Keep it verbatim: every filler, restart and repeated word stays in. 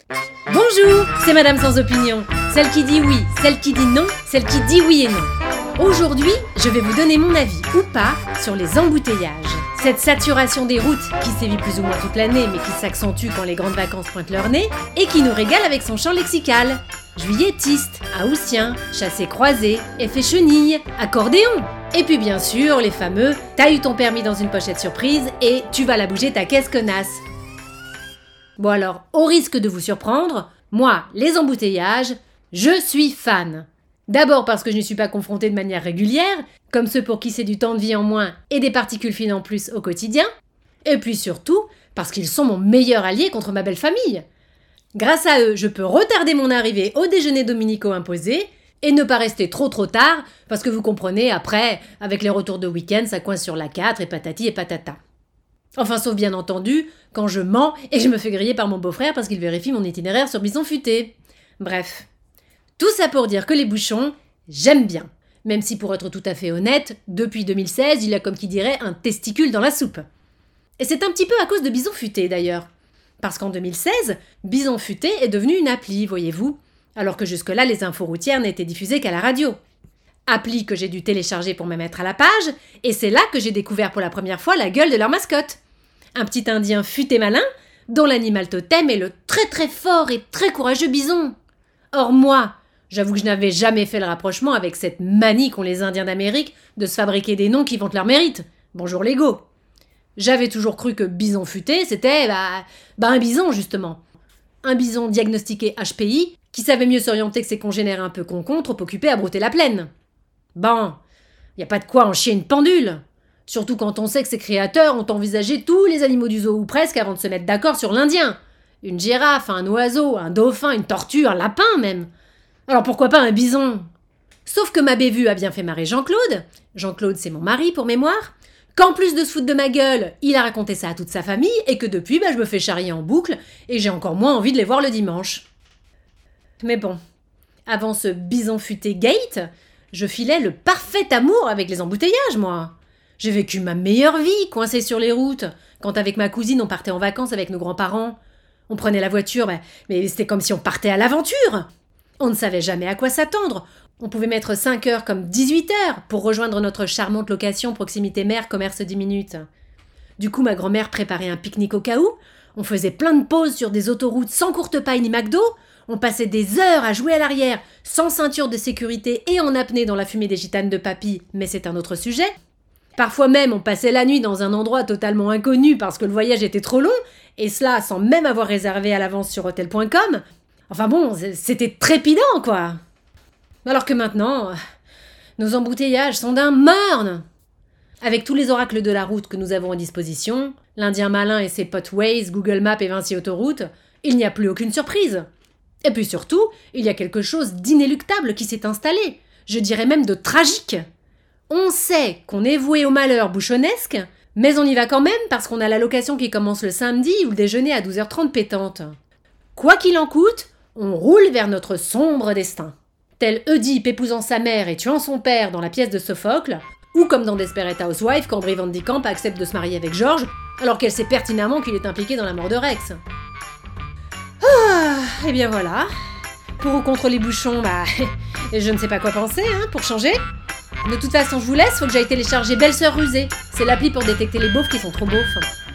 Bonjour, c'est Madame Sans Opinion. Celle qui dit oui, celle qui dit non, celle qui dit oui et non. Aujourd'hui, je vais vous donner mon avis, ou pas, sur les embouteillages. Cette saturation des routes, qui sévit plus ou moins toute l'année, mais qui s'accentue quand les grandes vacances pointent leur nez, et qui nous régale avec son champ lexical. Juillettiste, haussien, chassé-croisé, effet chenille, accordéon. Et puis bien sûr, les fameux « t'as eu ton permis dans une pochette surprise et tu vas la bouger ta caisse connasse ». Bon alors, au risque de vous surprendre, moi, les embouteillages, je suis fan. D'abord parce que je n'y suis pas confrontée de manière régulière, comme ceux pour qui c'est du temps de vie en moins et des particules fines en plus au quotidien. Et puis surtout, parce qu'ils sont mon meilleur allié contre ma belle famille. Grâce à eux, je peux retarder mon arrivée au déjeuner dominicaux imposé et ne pas rester trop trop tard, parce que vous comprenez, après, avec les retours de week-end, ça coince sur la quatre et patati et patata. Enfin, sauf bien entendu, quand je mens et que je me fais griller par mon beau-frère parce qu'il vérifie mon itinéraire sur Bison Futé. Bref. Tout ça pour dire que les bouchons, j'aime bien. Même si pour être tout à fait honnête, depuis deux mille seize, il y a comme qui dirait un testicule dans la soupe. Et c'est un petit peu à cause de Bison Futé d'ailleurs. Parce qu'en deux mille seize, Bison Futé est devenu une appli, voyez-vous, alors que jusque-là les infos routières n'étaient diffusées qu'à la radio. Appli que j'ai dû télécharger pour me mettre à la page, et c'est là que j'ai découvert pour la première fois la gueule de leur mascotte. Un petit indien futé malin, dont l'animal totem est le très très fort et très courageux bison. Or moi, j'avoue que je n'avais jamais fait le rapprochement avec cette manie qu'ont les Indiens d'Amérique de se fabriquer des noms qui vantent leur mérite. Bonjour l'ego. J'avais toujours cru que bison futé, c'était bah, bah un bison justement. Un bison diagnostiqué H P I qui savait mieux s'orienter que ses congénères un peu concons trop occupés à brouter la plaine. Bon, y a pas de quoi en chier une pendule. Surtout quand on sait que ses créateurs ont envisagé tous les animaux du zoo ou presque avant de se mettre d'accord sur l'Indien. Une girafe, un oiseau, un dauphin, une tortue, un lapin même. Alors pourquoi pas un bison? Sauf que ma bévue a bien fait marrer Jean-Claude. Jean-Claude, c'est mon mari pour mémoire. Qu'en plus de se foutre de ma gueule, il a raconté ça à toute sa famille et que depuis, bah, je me fais charrier en boucle et j'ai encore moins envie de les voir le dimanche. Mais bon, avant ce bison futé gate, je filais le parfait amour avec les embouteillages, moi. J'ai vécu ma meilleure vie, coincée sur les routes, quand avec ma cousine on partait en vacances avec nos grands-parents. On prenait la voiture, bah, mais c'était comme si on partait à l'aventure. On ne savait jamais à quoi s'attendre. On pouvait mettre cinq heures comme dix-huit heures pour rejoindre notre charmante location proximité mer commerce dix minutes. Du coup, ma grand-mère préparait un pique-nique au cas où. On faisait plein de pauses sur des autoroutes sans courte paille ni McDo. On passait des heures à jouer à l'arrière, sans ceinture de sécurité et en apnée dans la fumée des gitanes de papy, mais c'est un autre sujet. Parfois même, on passait la nuit dans un endroit totalement inconnu parce que le voyage était trop long, et cela sans même avoir réservé à l'avance sur hôtel point com. Enfin bon, c'était trépidant, quoi. Alors que maintenant, nos embouteillages sont d'un morne. Avec tous les oracles de la route que nous avons à disposition, l'Indien malin et ses potes Waze, Google Maps et Vinci Autoroute, il n'y a plus aucune surprise. Et puis surtout, il y a quelque chose d'inéluctable qui s'est installé, je dirais même de tragique. On sait qu'on est voué au malheur bouchonesque, mais on y va quand même parce qu'on a la location qui commence le samedi ou le déjeuner à douze heures trente pétante. Quoi qu'il en coûte, on roule vers notre sombre destin. Tel Oedipe épousant sa mère et tuant son père dans la pièce de Sophocle, ou comme dans Desperate Housewives quand Brie Van de Kamp accepte de se marier avec George, alors qu'elle sait pertinemment qu'il est impliqué dans la mort de Rex. Ah, et bien voilà. Pour ou contre les bouchons, bah, je ne sais pas quoi penser, hein, pour changer. De toute façon, je vous laisse, faut que j'aille télécharger Belle Sœur Rusée. C'est l'appli pour détecter les beaufs qui sont trop beaufs.